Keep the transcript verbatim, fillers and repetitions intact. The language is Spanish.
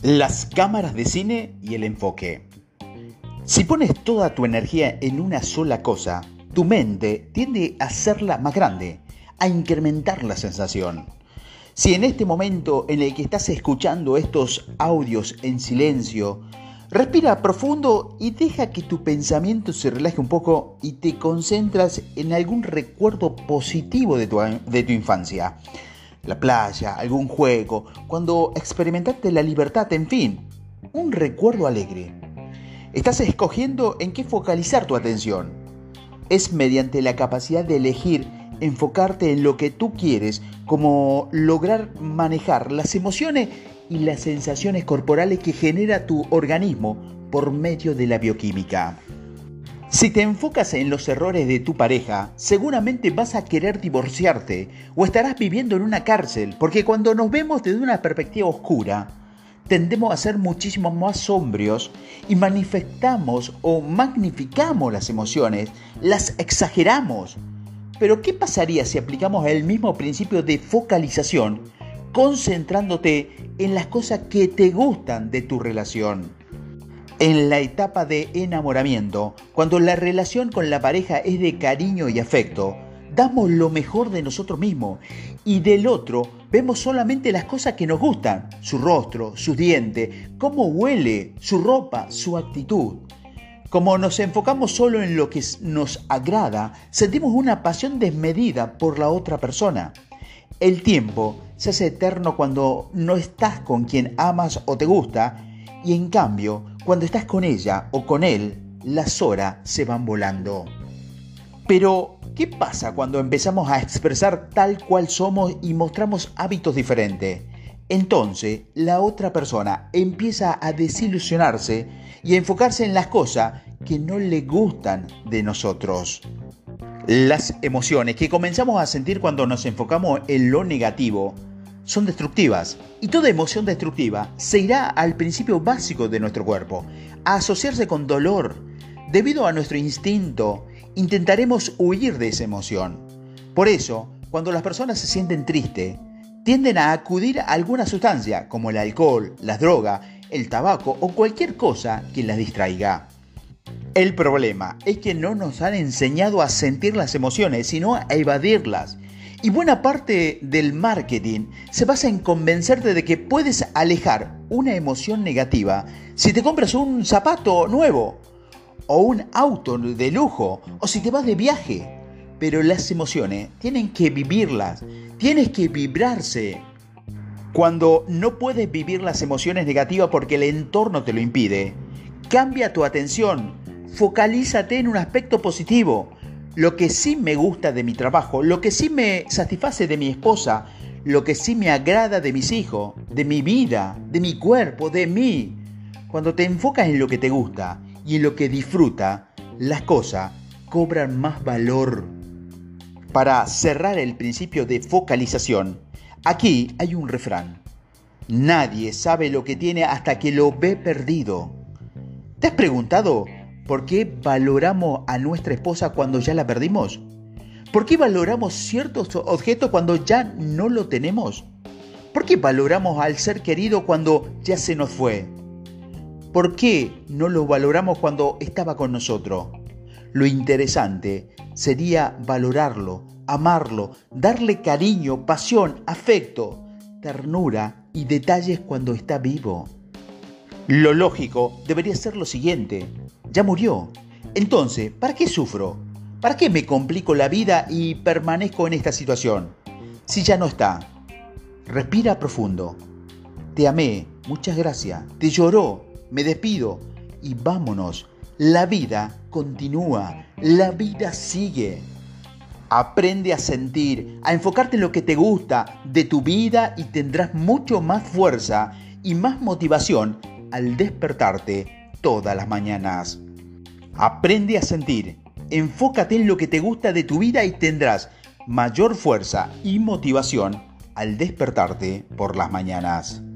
Las cámaras de cine y el enfoque. Si pones toda tu energía en una sola cosa, tu mente tiende a hacerla más grande, a incrementar la sensación. Si en este momento en el que estás escuchando estos audios en silencio, respira profundo y deja que tu pensamiento se relaje un poco y te concentras en algún recuerdo positivo de tu, de tu infancia. La playa, algún juego, cuando experimentaste la libertad, en fin, un recuerdo alegre. Estás escogiendo en qué focalizar tu atención. Es mediante la capacidad de elegir enfocarte en lo que tú quieres, como lograr manejar las emociones y las sensaciones corporales que genera tu organismo por medio de la bioquímica. Si te enfocas en los errores de tu pareja, seguramente vas a querer divorciarte o estarás viviendo en una cárcel, porque cuando nos vemos desde una perspectiva oscura, tendemos a ser muchísimo más sombrios y manifestamos o magnificamos las emociones, las exageramos. Pero ¿qué pasaría si aplicamos el mismo principio de focalización, concentrándote en las cosas que te gustan de tu relación? En la etapa de enamoramiento, cuando la relación con la pareja es de cariño y afecto, damos lo mejor de nosotros mismos y del otro vemos solamente las cosas que nos gustan, su rostro, sus dientes, cómo huele, su ropa, su actitud. Como nos enfocamos solo en lo que nos agrada, sentimos una pasión desmedida por la otra persona. El tiempo se hace eterno cuando no estás con quien amas o te gusta, y en cambio, cuando estás con ella o con él, las horas se van volando. Pero, ¿qué pasa cuando empezamos a expresar tal cual somos y mostramos hábitos diferentes? Entonces, la otra persona empieza a desilusionarse y a enfocarse en las cosas que no le gustan de nosotros. Las emociones que comenzamos a sentir cuando nos enfocamos en lo negativo son destructivas, y toda emoción destructiva se irá al principio básico de nuestro cuerpo, a asociarse con dolor. Debido a nuestro instinto, intentaremos huir de esa emoción. Por eso, cuando las personas se sienten tristes, tienden a acudir a alguna sustancia, como el alcohol, las drogas, el tabaco o cualquier cosa que las distraiga. El problema es que no nos han enseñado a sentir las emociones, sino a evadirlas. Y buena parte del marketing se basa en convencerte de que puedes alejar una emoción negativa si te compras un zapato nuevo, o un auto de lujo, o si te vas de viaje. Pero las emociones tienen que vivirlas, tienes que vibrarse. Cuando no puedes vivir las emociones negativas porque el entorno te lo impide, cambia tu atención, focalízate en un aspecto positivo. Lo que sí me gusta de mi trabajo, lo que sí me satisface de mi esposa, lo que sí me agrada de mis hijos, de mi vida, de mi cuerpo, de mí. Cuando te enfocas en lo que te gusta y en lo que disfruta, las cosas cobran más valor. Para cerrar el principio de focalización, aquí hay un refrán. Nadie sabe lo que tiene hasta que lo ve perdido. ¿Te has preguntado por qué valoramos a nuestra esposa cuando ya la perdimos? ¿Por qué valoramos ciertos objetos cuando ya no lo tenemos? ¿Por qué valoramos al ser querido cuando ya se nos fue? ¿Por qué no lo valoramos cuando estaba con nosotros? Lo interesante sería valorarlo, amarlo, darle cariño, pasión, afecto, ternura y detalles cuando está vivo. Lo lógico debería ser lo siguiente: ya murió. Entonces, ¿para qué sufro? ¿Para qué me complico la vida y permanezco en esta situación? Si ya no está. Respira profundo. Te amé, muchas gracias. Te lloró, me despido y vámonos. La vida continúa, la vida sigue. Aprende a sentir, a enfocarte en lo que te gusta de tu vida y tendrás mucho más fuerza y más motivación al despertarte todas las mañanas. Aprende a sentir, enfócate en lo que te gusta de tu vida y tendrás mayor fuerza y motivación al despertarte por las mañanas.